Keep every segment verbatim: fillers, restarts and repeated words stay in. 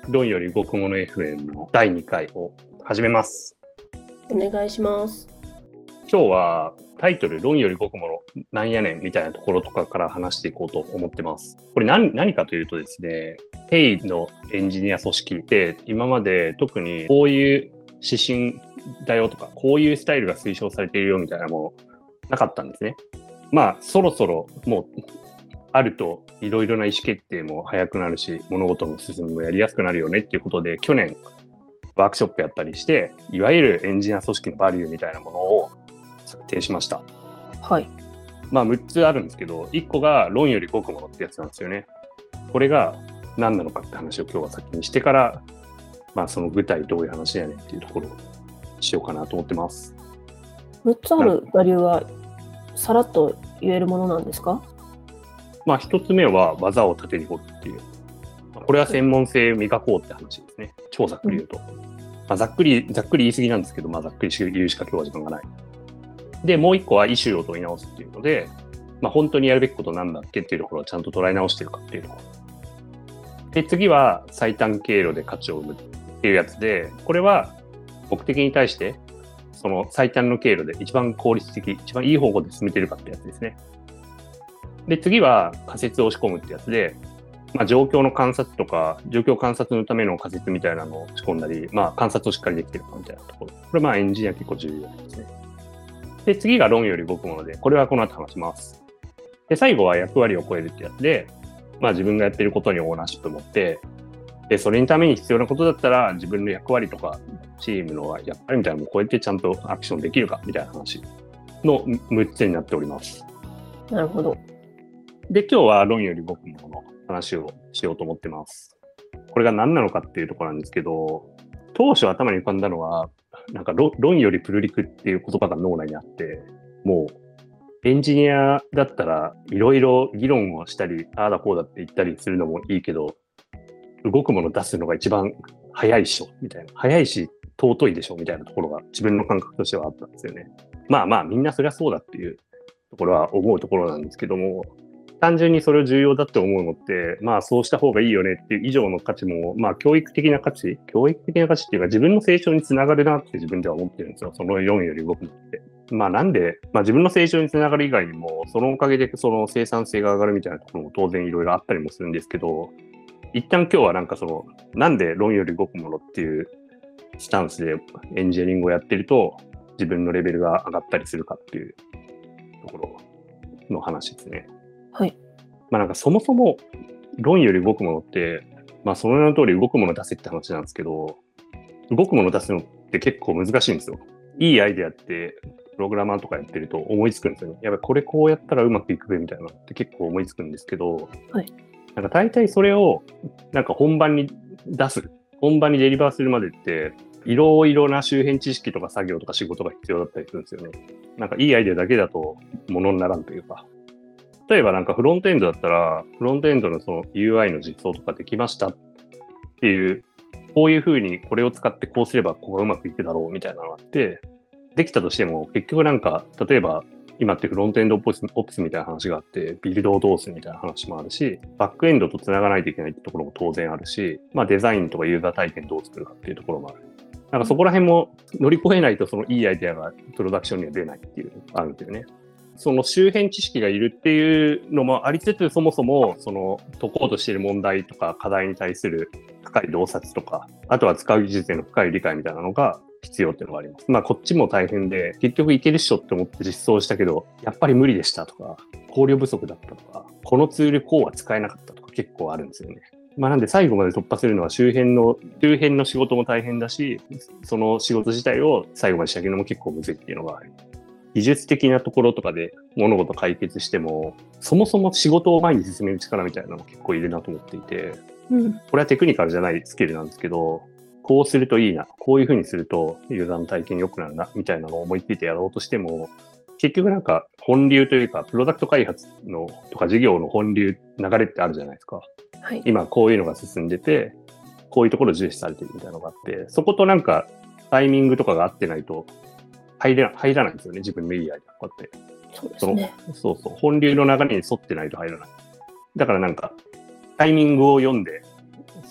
論より動くもの エフエム のだいにかいを始めます。 お願いします。 今日はタイトル論より動くものなんやねんみたいなところとかから話していこうと思ってます。これ 何, 何かというとですね、ペイのエンジニア組織って今まで特にこういう指針だよとか、こういうスタイルが推奨されているよみたいなものなかったんですね。まあそろそろもうあるといろいろな意思決定も早くなるし、物事の進みもやりやすくなるよねっていうことで、去年ワークショップやったりして、いわゆるエンジニア組織のバリューみたいなものを策定しました。 はい。 まあむっつあるんですけど、いっこが論より動くものってやつなんですよね。これが何なのかって話を今日は先にしてから、まあその具体どういう話やねんっていうところをしようかなと思ってます。 むっつあるバリューはさらっと言えるものなんですか？ まあひとつめは技を縦に掘るっていう。これは専門性を磨こうって話ですね。超ざっくり言うと。うん、まあ、ざっくり、ざっくり言い過ぎなんですけど、まあざっくり言うしか今日は時間がない。で、もう一個はイシューを問い直すっていうので、まあ本当にやるべきことなんだっけっていうところをちゃんと捉え直してるかっていうところ。で、次は最短経路で価値を生むっていうやつで、これは目的に対して、その最短の経路で一番効率的、一番いい方向で進めてるかってやつですね。で、次は仮説を押し込むってやつで、まあ、状況の観察とか、状況観察のための仮説みたいなのを仕込んだり、まあ、観察をしっかりできてるかみたいなところ。これまあエンジニア結構重要ですね。で、次が論より動くもので、これはこの後話します。で、最後は役割を超えるってやつで、まあ自分がやってることにオーナーシップ持って、で、それにために必要なことだったら、自分の役割とか、チームの役割みたいなのを超えてちゃんとアクションできるかみたいな話のむっつになっております。 なるほど。 で、今日は論より動くものの話をしようと思ってます。これが何なのかっていうところなんですけど、当初頭に浮かんだのは、なんか 論, 論よりプルリクっていう言葉が脳内にあって、もうエンジニアだったらいろいろ議論をしたり、ああだこうだって言ったりするのもいいけど、動くものを出すのが一番早いっしょみたいな、早いし尊いでしょみたいなところが自分の感覚としてはあったんですよね。まあまあみんなそりゃそうだっていうところは思うところなんですけども、単純にそれを重要だって思うのって、まあそうした方がいいよねっていう以上の価値も、まあ教育的な価値、教育的な価値っていうか自分の成長につながるなって自分では思ってるんですよ。そのよんより動くのって。まあなんで、まあ自分の成長につながる以外にも、そのおかげでその生産性が上がるみたいなところも当然いろいろあったりもするんですけど、一旦今日はなんかその、なんで論より動くものっていうスタンスでエンジニアリングをやってると、自分のレベルが上がったりするかっていうところの話ですね。 はい。 まあなんかそもそも論より動くものって、まあその名の通り動くもの出せって話なんですけど、動くもの出すのって結構難しいんですよ。いいアイデアってプログラマーとかやってると思いつくんですよね。やっぱりこれこうやったらうまくいくべみたいなのって結構思いつくんですけど、 はい。 なんか大体それをなんか本番に出す、本番にデリバーするまでっていろいろな周辺知識とか作業とか仕事が必要だったりするんですよね。なんかいいアイデアだけだとものにならんというか。例えばなんかフロントエンドだったら、フロントエンドのその ユーアイ の実装とかできましたっていう、こういう風にこれを使ってこうすればここがうまくいくだろうみたいなのがあって、できたとしても結局なんか、例えば今ってフロントエンドオプス、オプスみたいな話があって、ビルドをどうするみたいな話もあるし、バックエンドと繋がないといけないってところも当然あるし、まあデザインとかユーザー体験どう作るかっていうところもある。なんかそこら辺も乗り越えないとそのいいアイデアがプロダクションには出ないっていうのがあるんですよね。その周辺知識がいるっていうのもありつつ、そもそもその解こうとしている問題とか課題に対する深い洞察とか、あとは使う技術への深い理解みたいなのが必要っていうのがあります。まあこっちも大変で、結局いけるっしょって思って実装したけど、やっぱり無理でしたとか、考慮不足だったとか、このツールこうは使えなかったとか結構あるんですよね。まあなんで最後まで突破するのは周辺の、周辺の仕事も大変だし、その仕事自体を最後まで仕上げるのも結構むずいっていうのがある。技術的なところとかで物事解決しても、そもそも仕事を前に進める力みたいなのも結構いるなと思っていて、うん、これはテクニカルじゃないスキルなんですけど、こうするといいな、こういう風にするとユーザーの体験良くなるな、みたいなのを思いついてやろうとしても、結局なんか本流というか、プロダクト開発のとか事業の本流、流れってあるじゃないですか。はい、今こういうのが進んでて、こういうところ重視されてるみたいなのがあって、そことなんかタイミングとかが合ってないと、入れ入らないんですよね、自分のいいアイデアとかって。 そうですね。 そのそうそう、本流の流れに沿ってないと入らない。だからなんか、タイミングを読んで、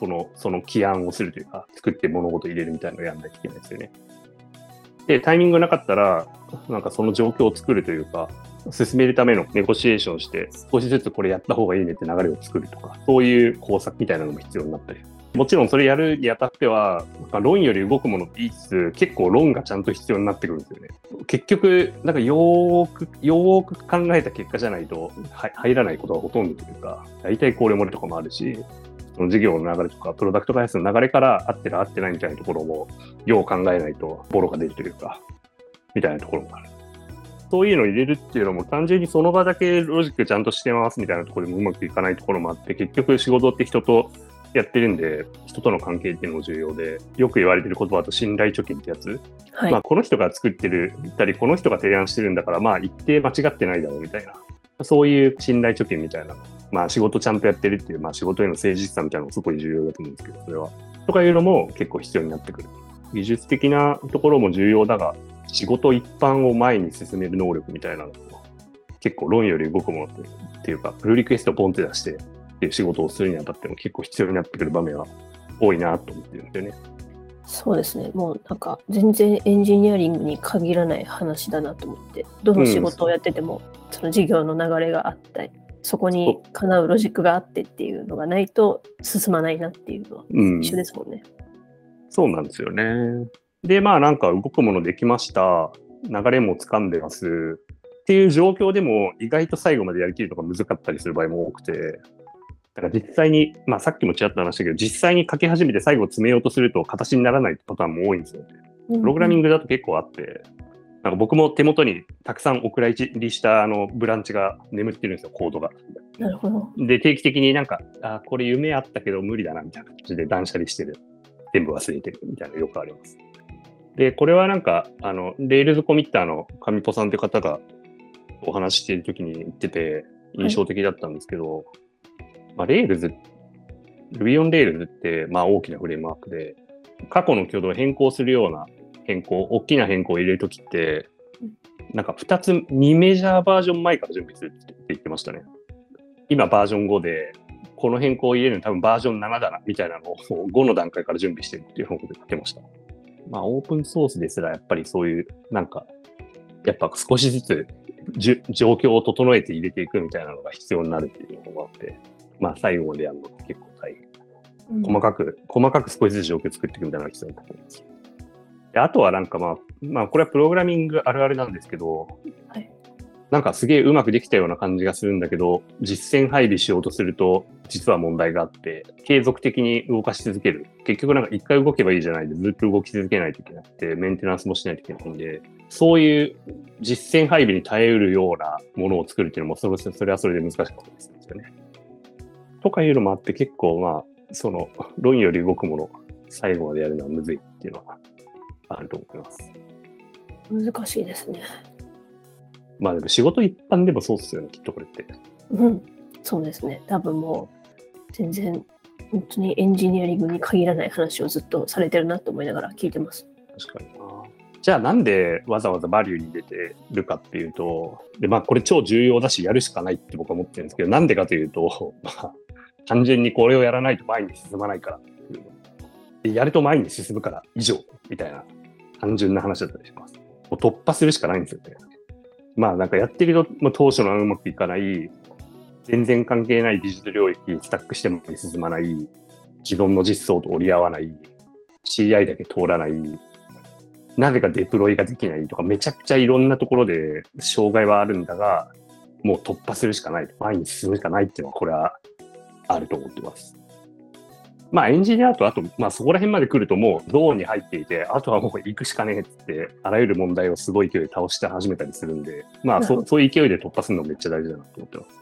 その、その起案をするというか、作って物事を入れるみたいなのをやんないといけないですよね。で、タイミングなかったら、なんかその状況を作るというか、進めるためのネゴシエーションして、少しずつこれやった方がいいねって流れを作るとか、そういう工作みたいなのも必要になったり。もちろんそれやるにあたっては、論より動くものって言いつつ、結構論がちゃんと必要になってくるんですよね。結局、なんかよーく、よーく考えた結果じゃないと入らないことがほとんどというか、大体これ漏れとかもあるし、その事業の流れとか、プロダクト開発の流れから合ってる合ってないみたいなところも、よう考えないとボロが出るというか、みたいなところもある。そういうのを入れるっていうのも単純にその場だけロジックちゃんとしてますみたいなところでもうまくいかないところもあって、結局仕事って人とやってるんで、人との関係っていうのも重要で、よく言われてる言葉だと信頼貯金ってやつ。はい、まあこの人が作ってる、たりこの人が提案してるんだから、まあ一定間違ってないだろうみたいな。そういう信頼貯金みたいな。まあ仕事ちゃんとやってるっていう、まあ仕事への誠実さみたいなのもすごい重要だと思うんですけど、それは。とかいうのも結構必要になってくる。技術的なところも重要だが、仕事一般を前に進める能力みたいなのも結構論より動くものっていうか、プルリクエストをポンって出してっていう仕事をするにあたっても結構必要になってくる場面は多いなと思ってるんだよね。 そうですね。もうなんか全然エンジニアリングに限らない話だなと思って、どの仕事をやってても、うん、その事業の流れがあったり、そこにかなうロジックがあってっていうのがないと進まないなっていうのは一緒ですもんね。 うん、そうなんですよね。で、まあなんか動くものできました。流れも掴んでます。っていう状況でも意外と最後までやりきるのが難かったりする場合も多くて、だから実際に、まあさっきもちらっと話したけど、実際に書き始めて最後詰めようとすると形にならないパターンも多いんですよね。プログラミングだと結構あって、なんか僕も手元にたくさんお蔵入りしたあのブランチが眠ってるんですよ、コードが。 なるほど。 で、定期的になんか、あ、これ夢あったけど無理だなみたいな感じで断捨離してる。全部忘れてるみたいなのよくあります。で、これはなんか、あの、レールズコミッターの上ポさんって方がお話ししているときに言ってて印象的だったんですけど、はい、まあ、レールズ、Ruby on Rails って、まあ大きなフレームワークで、過去の挙動を変更するような変更、大きな変更を入れるときって、なんかふたつ、にメジャーバージョン前から準備するって言ってましたね。今バージョンごで、この変更を入れるの多分バージョンななだな、みたいなのをごの段階から準備してるっていうのを言ってました。まあ、オープンソースですら、やっぱりそういう、なんか、やっぱ少しずつじゅ状況を整えて入れていくみたいなのが必要になるっていうのがあって、まあ、最後までやるのって結構大変。うん、細かく、細かく少しずつ状況を作っていくみたいなのが必要になってくるんです。で、あとはなんかまあ、まあ、これはプログラミングあるあるなんですけど、はい、なんかすげえうまくできたような感じがするんだけど、実践配備しようとすると、実は問題があって、継続的に動かし続ける。結局なんか一回動けばいいじゃないで、ずっと動き続けないといけなくて、メンテナンスもしないといけないんで、そういう実践配備に耐えうるようなものを作るっていうのも、それそれはそれで難しかったりするんですよね。とかいうのもあって、結構まあ、その論より動くもの、最後までやるのはむずいっていうのはあると思います。 難しいですね。 まあでも仕事一般でもそうですよね、きっとこれって。 うん、そうですね。多分もう全然本当にエンジニアリングに限らない話をずっとされてるなと思いながら聞いてます。 確かにな。じゃあなんでわざわざバリューに出てるかっていうと、でまあこれ超重要だしやるしかないって僕は思ってるんですけど、なんでかというと、まあ単純にこれをやらないと前に進まないからっていう。でやると前に進むから以上みたいな単純な話だったりします。もう突破するしかないんですよね。まあなんかやってると、まあ、当初のうまくいかない、全然関係ない技術領域スタックしても進まない、既存の実装と折り合わない、シーアイ だけ通らない、なぜかデプロイができないとか、めちゃくちゃいろんなところで障害はあるんだが、もう突破するしかない、前に進むしかないっていうのはこれはあると思ってます。まあエンジニアとあと、まあそこら辺まで来るともうゾーンに入っていて、あとはもう行くしかねえって、あらゆる問題をすごい勢いで倒して始めたりするんで、まあそそういう勢いで突破するのめっちゃ大事だなと思ってます。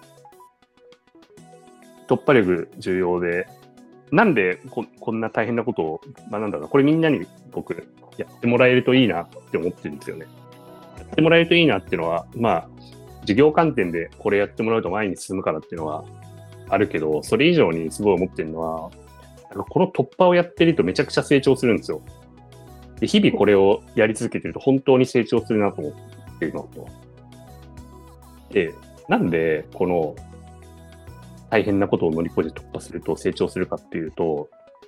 突破力重要で、なんで こ, こんな大変なことを学んだのか、これみんなに僕やってもらえるといいなって思ってるんですよね。やってもらえるといいなっていうのは、まあ事業観点でこれやってもらうと前に進むからっていうのはあるけど、それ以上にすごい思ってるのは、この突破をやってるとめちゃくちゃ成長するんですよ。で、日々これをやり続けてると本当に成長するなと思っているのと。で、なんでこの大変なことを乗り越えて突破すると成長するかっていうと、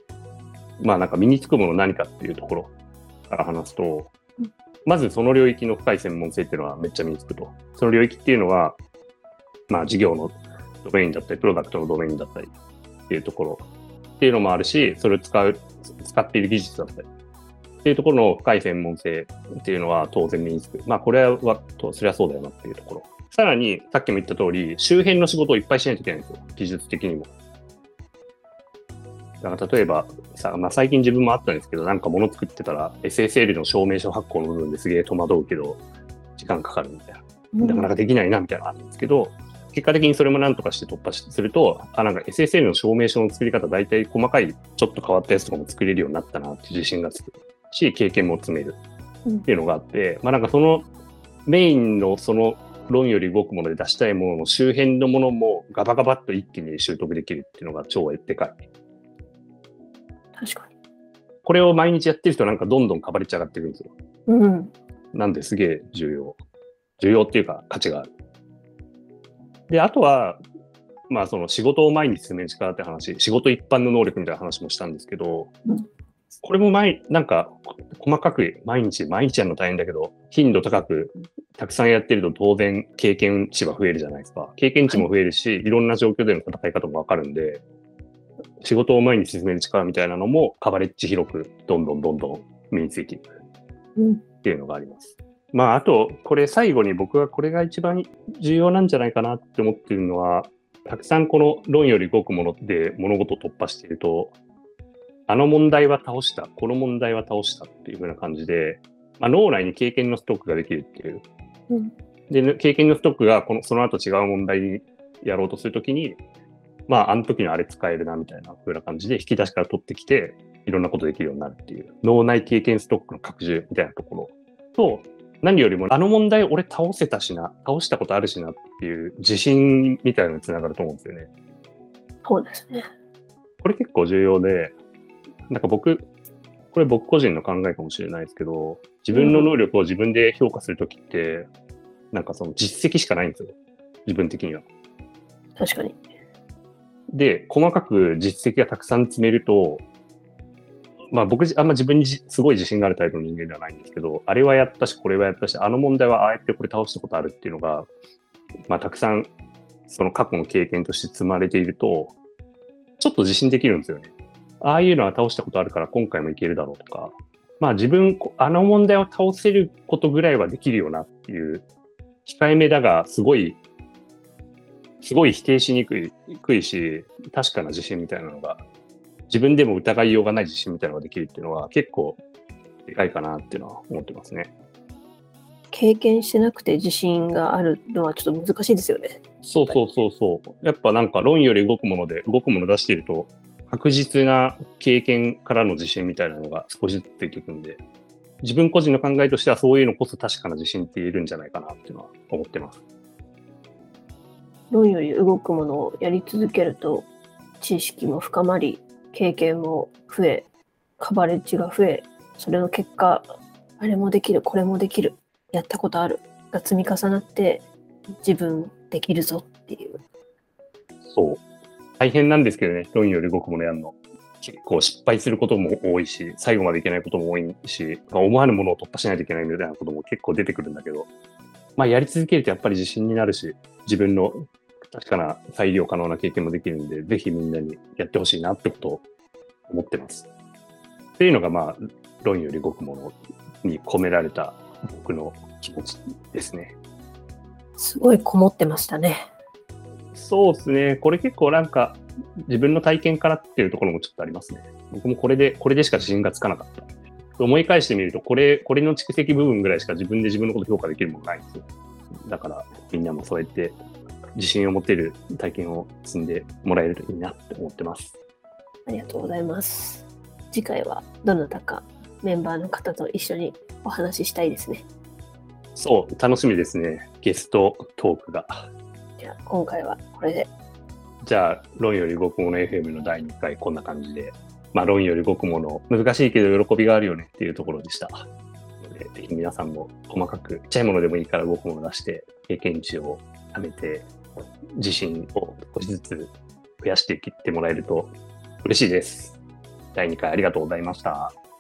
まあなんか身につくもの何かっていうところから話すと、うん、まずその領域の深い専門性っていうのはめっちゃ身につくと。その領域っていうのは、まあ事業のドメインだったり、プロダクトのドメインだったりっていうところっていうのもあるし、それを使う、使っている技術だったりっていうところの深い専門性っていうのは当然身につく。まあこれは、そりゃそうだよなっていうところ。さらに、さっきも言った通り、周辺の仕事をいっぱいしないといけないんですよ。技術的にも。だから例えばさ、まあ、最近自分もあったんですけど、なんか物作ってたら エスエスエル の証明書発行の部分ですげえ戸惑うけど、時間かかるみたいな。なかなかできないなみたいなのがあるんですけど、うん、結果的にそれもなんとかして突破すると、あ、なんか エスエスエル の証明書の作り方、大体細かいちょっと変わったやつとかも作れるようになったなって自信がつくし、経験も積めるっていうのがあって、うん、まあなんかそのメインのその論より動くもので出したいものの周辺のものもガバガバっと一気に習得できるっていうのが超でかい。 確かに。 これを毎日やってる人はなんかどんどんかばりち上がっていくんですよ。 うん。 なんですげえ重要。重要っていうか価値がある。で、あとは、まあその仕事を毎日進める力って話、仕事一般の能力みたいな話もしたんですけど、うん、これも毎、なんか細かく毎日、毎日やるの大変だけど、頻度高くたくさんやってると当然経験値は増えるじゃないですか。経験値も増えるし、はい、いろんな状況での戦い方もわかるんで、仕事を前に進める力みたいなのもカバレッジ広くどんどんどんどん身についていくっていうのがあります。うん、まああとこれ最後に僕はこれが一番重要なんじゃないかなって思っているのは、たくさんこの論より動くもので物事を突破していると、あの問題は倒した、この問題は倒したっていう風な感じで、まあ、脳内に経験のストックができるっていう。うん、で経験のストックがこのその後違う問題にやろうとするときに、まあ、あの時のあれ使えるなみたいな風な感じで引き出しから取ってきて、いろんなことできるようになるっていう、脳内経験ストックの拡充みたいなところと、何よりもあの問題俺倒せたしな、倒したことあるしなっていう自信みたいなのにつながると思うんですよね。 そうですね。 これ結構重要で、なんか僕、これ僕個人の考えかもしれないですけど、自分の能力を自分で評価するときって、うん、なんかその実績しかないんですよ。自分的には。 確かに。 で、細かく実績がたくさん積めると、まあ僕、あんま自分にすごい自信があるタイプの人間ではないんですけど、あれはやったし、これはやったし、あの問題はああやってこれ倒したことあるっていうのが、まあたくさんその過去の経験として積まれていると、ちょっと自信できるんですよね。ああいうのは倒したことあるから今回もいけるだろうとか、まあ自分、あの問題を倒せることぐらいはできるよなっていう、控えめだが、すごい、すごい否定しにくい、くいし、確かな自信みたいなのが、自分でも疑いようがない自信みたいなのができるっていうのは結構でかいかなっていうのは思ってますね。 経験してなくて自信があるのはちょっと難しいですよね。 そうそうそうそう。やっぱなんか論より動くもので動くもの出していると、確実な経験からの自信みたいなのが少しずつついていくんで、自分個人の考えとしてはそういうのこそ確かな自信って言えるんじゃないかなっていうのは思ってます。 論より動くものをやり続けると知識も深まり、経験も増え、カバレッジが増え、それの結果、あれもできる、これもできる、やったことあるが積み重なって自分できるぞっていう。 そう。大変なんですけどね、論より動くものやるの。結構失敗することも多いし、最後までいけないことも多いし、思わぬものを突破しないといけないみたいなことも結構出てくるんだけど、まあやり続けるとやっぱり自信になるし、自分の確かな再利用可能な経験もできるんで、ぜひみんなにやってほしいなってことを思ってます。っていうのがまあ、論より動くものに込められた僕の気持ちですね。 すごいこもってましたね。 そうですね。これ結構なんか自分の体験からっていうところもちょっとありますね。僕もこれで、これでしか自信がつかなかった。思い返してみると、これ、これの蓄積部分ぐらいしか自分で自分のこと評価できるものないんですよ。だからみんなもそうやって自信を持てる体験を積んでもらえるといいなって思ってます。 ありがとうございます。次回はどなたかメンバーの方と一緒にお話ししたいですね。 そう、楽しみですね。ゲストトークが。 じゃあ今回はこれで。 じゃあ、論より動くもの エフエム のだいにかいこんな感じで、まあ論より動くもの、難しいけど喜びがあるよねっていうところでした。ぜひ皆さんも細かく、ちっちゃいものでもいいから動くものを出して、経験値を貯めて、自信を少しずつ増やしていってもらえると嬉しいです。 だいにかいありがとうございました。